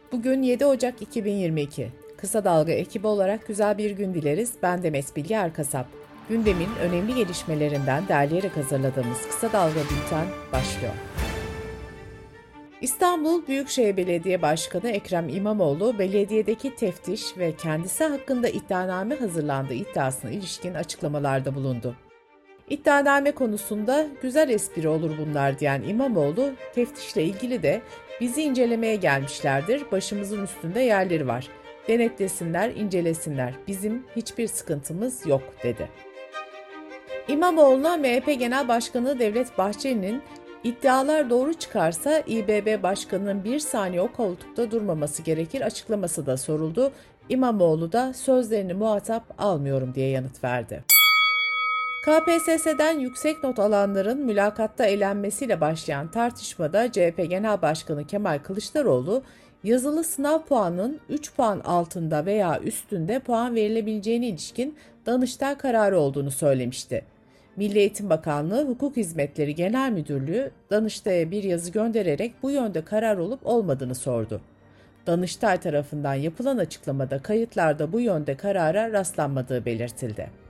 Bugün 7 Ocak 2022. Kısa Dalga ekibi olarak güzel bir gün dileriz. Ben Demet Bilge Erkasap. Gündemin önemli gelişmelerinden derleyerek hazırladığımız Kısa Dalga Bülten başlıyor. İstanbul Büyükşehir Belediye Başkanı Ekrem İmamoğlu, belediyedeki teftiş ve kendisi hakkında iddianame hazırlandığı iddiasına ilişkin açıklamalarda bulundu. İddianame konusunda güzel espri olur bunlar diyen İmamoğlu, teftişle ilgili de bizi incelemeye gelmişlerdir, başımızın üstünde yerleri var. Denetlesinler, incelesinler, bizim hiçbir sıkıntımız yok dedi. İmamoğlu'na MHP Genel Başkanı Devlet Bahçeli'nin iddialar doğru çıkarsa İBB Başkanı'nın bir saniye o koltukta durmaması gerekir açıklaması da soruldu. İmamoğlu da sözlerini muhatap almıyorum diye yanıt verdi. KPSS'den yüksek not alanların mülakatta elenmesiyle başlayan tartışmada CHP Genel Başkanı Kemal Kılıçdaroğlu, yazılı sınav puanının 3 puan altında veya üstünde puan verilebileceğine ilişkin Danıştay kararı olduğunu söylemişti. Milli Eğitim Bakanlığı Hukuk Hizmetleri Genel Müdürlüğü, Danıştay'a bir yazı göndererek bu yönde karar olup olmadığını sordu. Danıştay tarafından yapılan açıklamada kayıtlarda bu yönde karara rastlanmadığı belirtildi.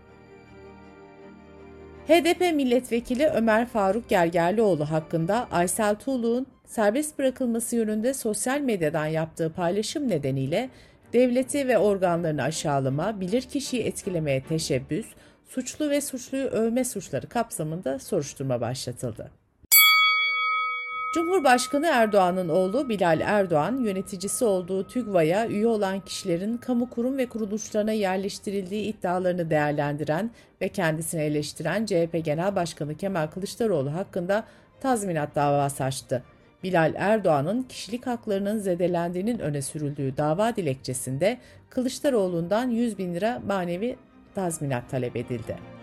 HDP milletvekili Ömer Faruk Gergerlioğlu hakkında Aysel Tuğlu'nun serbest bırakılması yönünde sosyal medyadan yaptığı paylaşım nedeniyle devleti ve organlarını aşağılama, bilirkişiyi etkilemeye teşebbüs, suçlu ve suçluyu övme suçları kapsamında soruşturma başlatıldı. Cumhurbaşkanı Erdoğan'ın oğlu Bilal Erdoğan, yöneticisi olduğu TÜGVA'ya üye olan kişilerin kamu kurum ve kuruluşlarına yerleştirildiği iddialarını değerlendiren ve kendisini eleştiren CHP Genel Başkanı Kemal Kılıçdaroğlu hakkında tazminat davası açtı. Bilal Erdoğan'ın kişilik haklarının zedelendiğinin öne sürüldüğü dava dilekçesinde Kılıçdaroğlu'ndan 100 bin lira manevi tazminat talep edildi.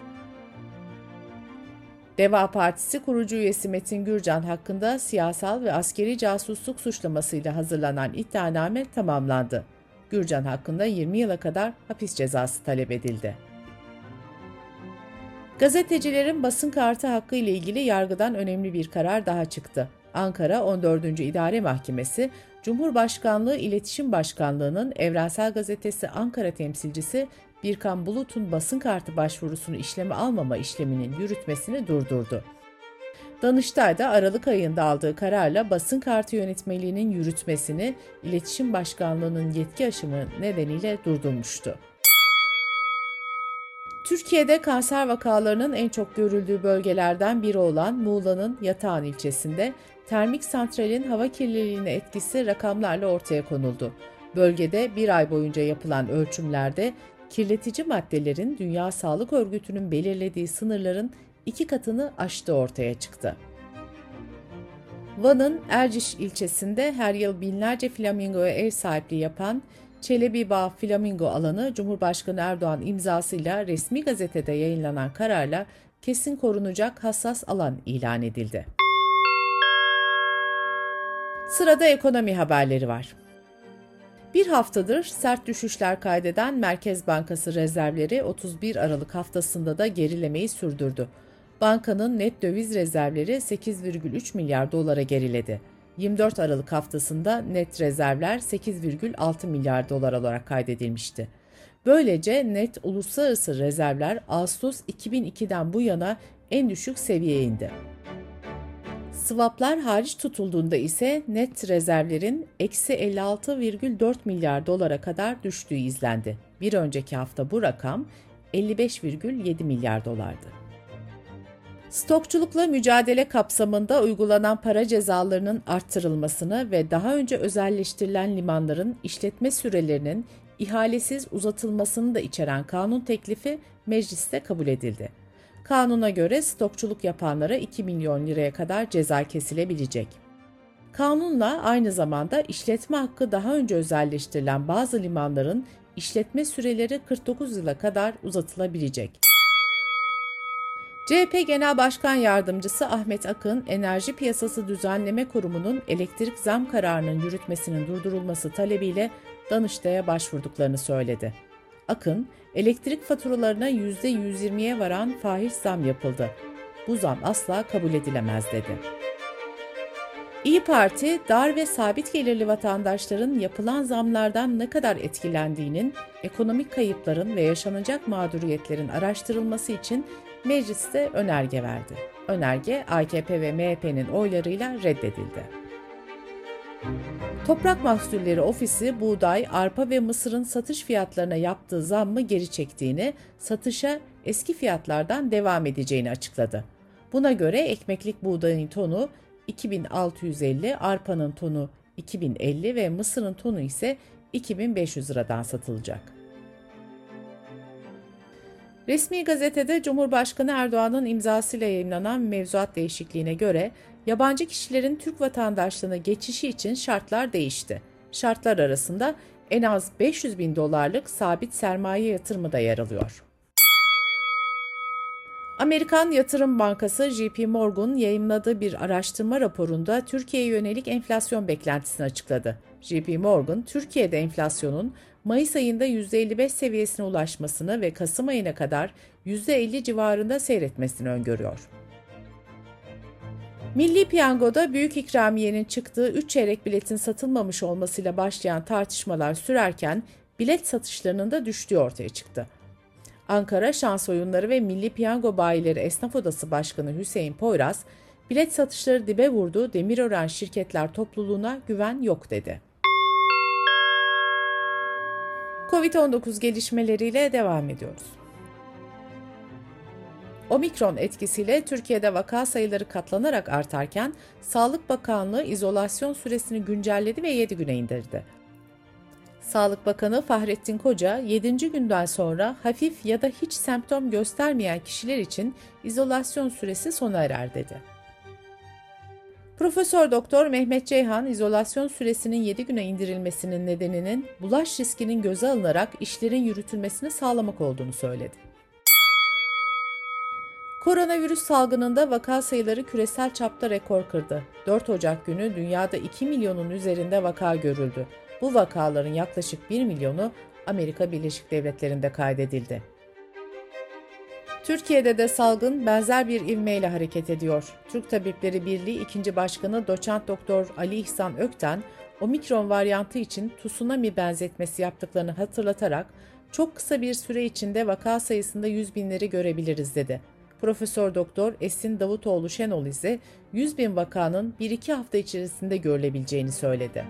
Deva Partisi kurucu üyesi Metin Gürcan hakkında siyasal ve askeri casusluk suçlamasıyla hazırlanan iddianame tamamlandı. Gürcan hakkında 20 yıla kadar hapis cezası talep edildi. Gazetecilerin basın kartı hakkı ile ilgili yargıdan önemli bir karar daha çıktı. Ankara 14. İdare Mahkemesi, Cumhurbaşkanlığı İletişim Başkanlığı'nın Evrensel Gazetesi Ankara temsilcisi Birkan Bulut'un basın kartı başvurusunu işleme almama işleminin yürütmesini durdurdu. Danıştay'da Aralık ayında aldığı kararla basın kartı yönetmeliğinin yürütmesini İletişim Başkanlığı'nın yetki aşımı nedeniyle durdurmuştu. Türkiye'de kanser vakalarının en çok görüldüğü bölgelerden biri olan Muğla'nın Yatağan ilçesinde termik santralin hava kirliliğine etkisi rakamlarla ortaya konuldu. Bölgede bir ay boyunca yapılan ölçümlerde kirletici maddelerin Dünya Sağlık Örgütü'nün belirlediği sınırların 2 katını aştığı ortaya çıktı. Van'ın Erciş ilçesinde her yıl binlerce flamingoya ev sahipliği yapan Çelebi Bağ Flamingo alanı, Cumhurbaşkanı Erdoğan imzasıyla resmi gazetede yayınlanan kararla kesin korunacak hassas alan ilan edildi. Sırada ekonomi haberleri var. Bir haftadır sert düşüşler kaydeden Merkez Bankası rezervleri 31 Aralık haftasında da gerilemeyi sürdürdü. Bankanın net döviz rezervleri 8,3 milyar dolara geriledi. 24 Aralık haftasında net rezervler 8,6 milyar dolar olarak kaydedilmişti. Böylece net uluslararası rezervler Ağustos 2002'den bu yana en düşük seviyeye indi. Swaplar hariç tutulduğunda ise net rezervlerin eksi 56,4 milyar dolara kadar düştüğü izlendi. Bir önceki hafta bu rakam 55,7 milyar dolardı. Stokçulukla mücadele kapsamında uygulanan para cezalarının arttırılmasını ve daha önce özelleştirilen limanların işletme sürelerinin ihalesiz uzatılmasını da içeren kanun teklifi mecliste kabul edildi. Kanuna göre stokçuluk yapanlara 2 milyon liraya kadar ceza kesilebilecek. Kanunla aynı zamanda işletme hakkı daha önce özelleştirilen bazı limanların işletme süreleri 49 yıla kadar uzatılabilecek. CHP Genel Başkan Yardımcısı Ahmet Akın, Enerji Piyasası Düzenleme Kurumu'nun elektrik zam kararının yürütmesinin durdurulması talebiyle Danıştay'a başvurduklarını söyledi. Akın, elektrik faturalarına %120'ye varan fahiş zam yapıldı. Bu zam asla kabul edilemez dedi. İYİ Parti, dar ve sabit gelirli vatandaşların yapılan zamlardan ne kadar etkilendiğinin, ekonomik kayıpların ve yaşanacak mağduriyetlerin araştırılması için mecliste önerge verdi. Önerge, AKP ve MHP'nin oylarıyla reddedildi. Toprak Mahsulleri Ofisi, buğday, arpa ve mısırın satış fiyatlarına yaptığı zammı geri çektiğini, satışa eski fiyatlardan devam edeceğini açıkladı. Buna göre ekmeklik buğdayın tonu 2650, arpanın tonu 2050 ve mısırın tonu ise 2500 liradan satılacak. Resmi gazetede Cumhurbaşkanı Erdoğan'ın imzasıyla yayımlanan mevzuat değişikliğine göre yabancı kişilerin Türk vatandaşlığına geçişi için şartlar değişti. Şartlar arasında en az 500 bin dolarlık sabit sermaye yatırımı da yer alıyor. Amerikan Yatırım Bankası JP Morgan yayımladığı bir araştırma raporunda Türkiye'ye yönelik enflasyon beklentisini açıkladı. JP Morgan, Türkiye'de enflasyonun Mayıs ayında %55 seviyesine ulaşmasını ve Kasım ayına kadar %50 civarında seyretmesini öngörüyor. Milli Piyango'da büyük ikramiyenin çıktığı 3 çeyrek biletin satılmamış olmasıyla başlayan tartışmalar sürerken bilet satışlarının da düştüğü ortaya çıktı. Ankara Şans Oyunları ve Milli Piyango Bayileri Esnaf Odası Başkanı Hüseyin Poyraz, bilet satışları dibe vurdu, Demirören şirketler topluluğuna güven yok dedi. Covid-19 gelişmeleriyle devam ediyoruz. Omikron etkisiyle Türkiye'de vaka sayıları katlanarak artarken Sağlık Bakanlığı izolasyon süresini güncelledi ve 7 güne indirdi. Sağlık Bakanı Fahrettin Koca, 7. günden sonra hafif ya da hiç semptom göstermeyen kişiler için izolasyon süresi sona erer dedi. Profesör Doktor Mehmet Ceyhan, izolasyon süresinin 7 güne indirilmesinin nedeninin bulaş riskinin göze alınarak işlerin yürütülmesini sağlamak olduğunu söyledi. Koronavirüs salgınında vaka sayıları küresel çapta rekor kırdı. 4 Ocak günü dünyada 2 milyonun üzerinde vaka görüldü. Bu vakaların yaklaşık 1 milyonu Amerika Birleşik Devletleri'nde kaydedildi. Türkiye'de de salgın benzer bir ivmeyle hareket ediyor. Türk Tabipleri Birliği 2. Başkanı Doçent Doktor Ali İhsan Ökten, Omikron varyantı için tsunami benzetmesi yaptıklarını hatırlatarak çok kısa bir süre içinde vaka sayısında 100 binleri görebiliriz dedi. Profesör Doktor Esin Davutoğlu Şenol ise 100 bin vakanın 1-2 hafta içerisinde görülebileceğini söyledi.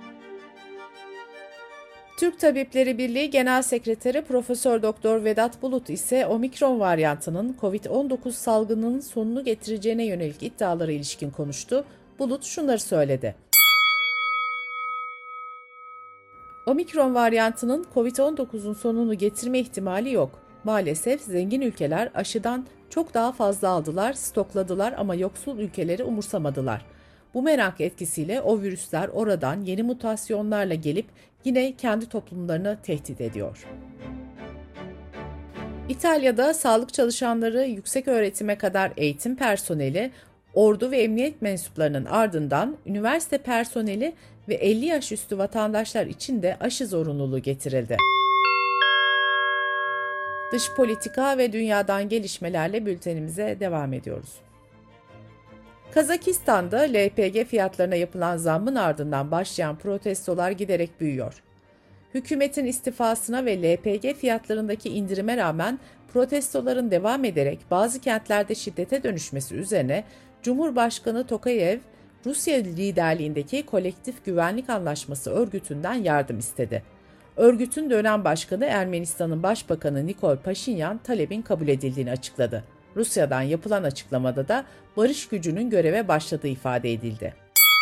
Türk Tabipleri Birliği Genel Sekreteri Profesör Doktor Vedat Bulut ise Omikron varyantının Covid-19 salgınının sonunu getireceğine yönelik iddialara ilişkin konuştu. Bulut şunları söyledi. Omikron varyantının Covid-19'un sonunu getirme ihtimali yok. Maalesef zengin ülkeler aşıdan çok daha fazla aldılar, stokladılar ama yoksul ülkeleri umursamadılar. Bu merak etkisiyle o virüsler oradan yeni mutasyonlarla gelip yine kendi toplumlarını tehdit ediyor. İtalya'da sağlık çalışanları, yüksek öğretime kadar eğitim personeli, ordu ve emniyet mensuplarının ardından üniversite personeli ve 50 yaş üstü vatandaşlar için de aşı zorunluluğu getirildi. Dış politika ve dünyadan gelişmelerle bültenimize devam ediyoruz. Kazakistan'da LPG fiyatlarına yapılan zammın ardından başlayan protestolar giderek büyüyor. Hükümetin istifasına ve LPG fiyatlarındaki indirime rağmen protestoların devam ederek bazı kentlerde şiddete dönüşmesi üzerine Cumhurbaşkanı Tokayev, Rusya liderliğindeki Kolektif Güvenlik Anlaşması örgütünden yardım istedi. Örgütün dönem başkanı Ermenistan'ın Başbakanı Nikol Paşinyan talebin kabul edildiğini açıkladı. Rusya'dan yapılan açıklamada da barış gücünün göreve başladığı ifade edildi.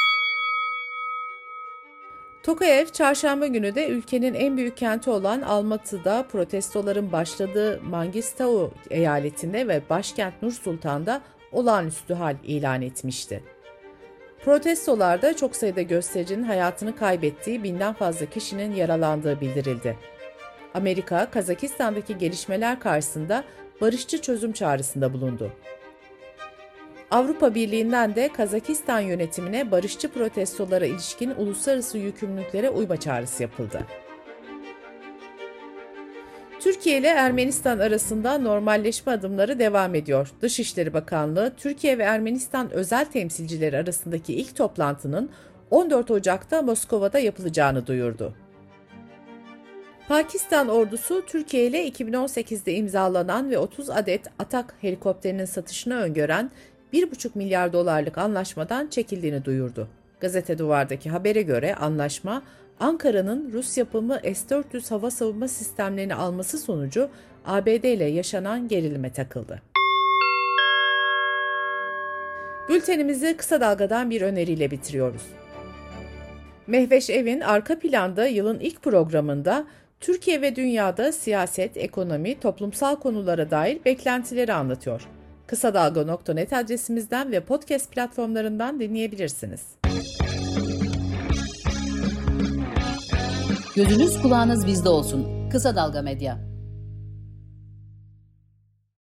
Tokayev, çarşamba günü de ülkenin en büyük kenti olan Almatı'da protestoların başladığı Mangistau eyaletinde ve başkent Nur Sultan'da olağanüstü hal ilan etmişti. Protestolarda çok sayıda göstericinin hayatını kaybettiği, 1000'den fazla kişinin yaralandığı bildirildi. Amerika, Kazakistan'daki gelişmeler karşısında barışçı çözüm çağrısında bulundu. Avrupa Birliği'nden de Kazakistan yönetimine barışçı protestolara ilişkin uluslararası yükümlülüklere uyma çağrısı yapıldı. Türkiye ile Ermenistan arasında normalleşme adımları devam ediyor. Dışişleri Bakanlığı, Türkiye ve Ermenistan özel temsilcileri arasındaki ilk toplantının 14 Ocak'ta Moskova'da yapılacağını duyurdu. Pakistan ordusu, Türkiye ile 2018'de imzalanan ve 30 adet Atak helikopterinin satışını öngören 1,5 milyar dolarlık anlaşmadan çekildiğini duyurdu. Gazete Duvar'daki habere göre anlaşma, Ankara'nın Rus yapımı S-400 hava savunma sistemlerini alması sonucu ABD ile yaşanan gerilime takıldı. Bültenimizi kısa dalgadan bir öneriyle bitiriyoruz. Mehveş Evin arka planda yılın ilk programında Türkiye ve dünyada siyaset, ekonomi, toplumsal konulara dair beklentileri anlatıyor. Kısadalga.net adresimizden ve podcast platformlarından dinleyebilirsiniz. Gözünüz kulağınız bizde olsun. Kısa Dalga Medya.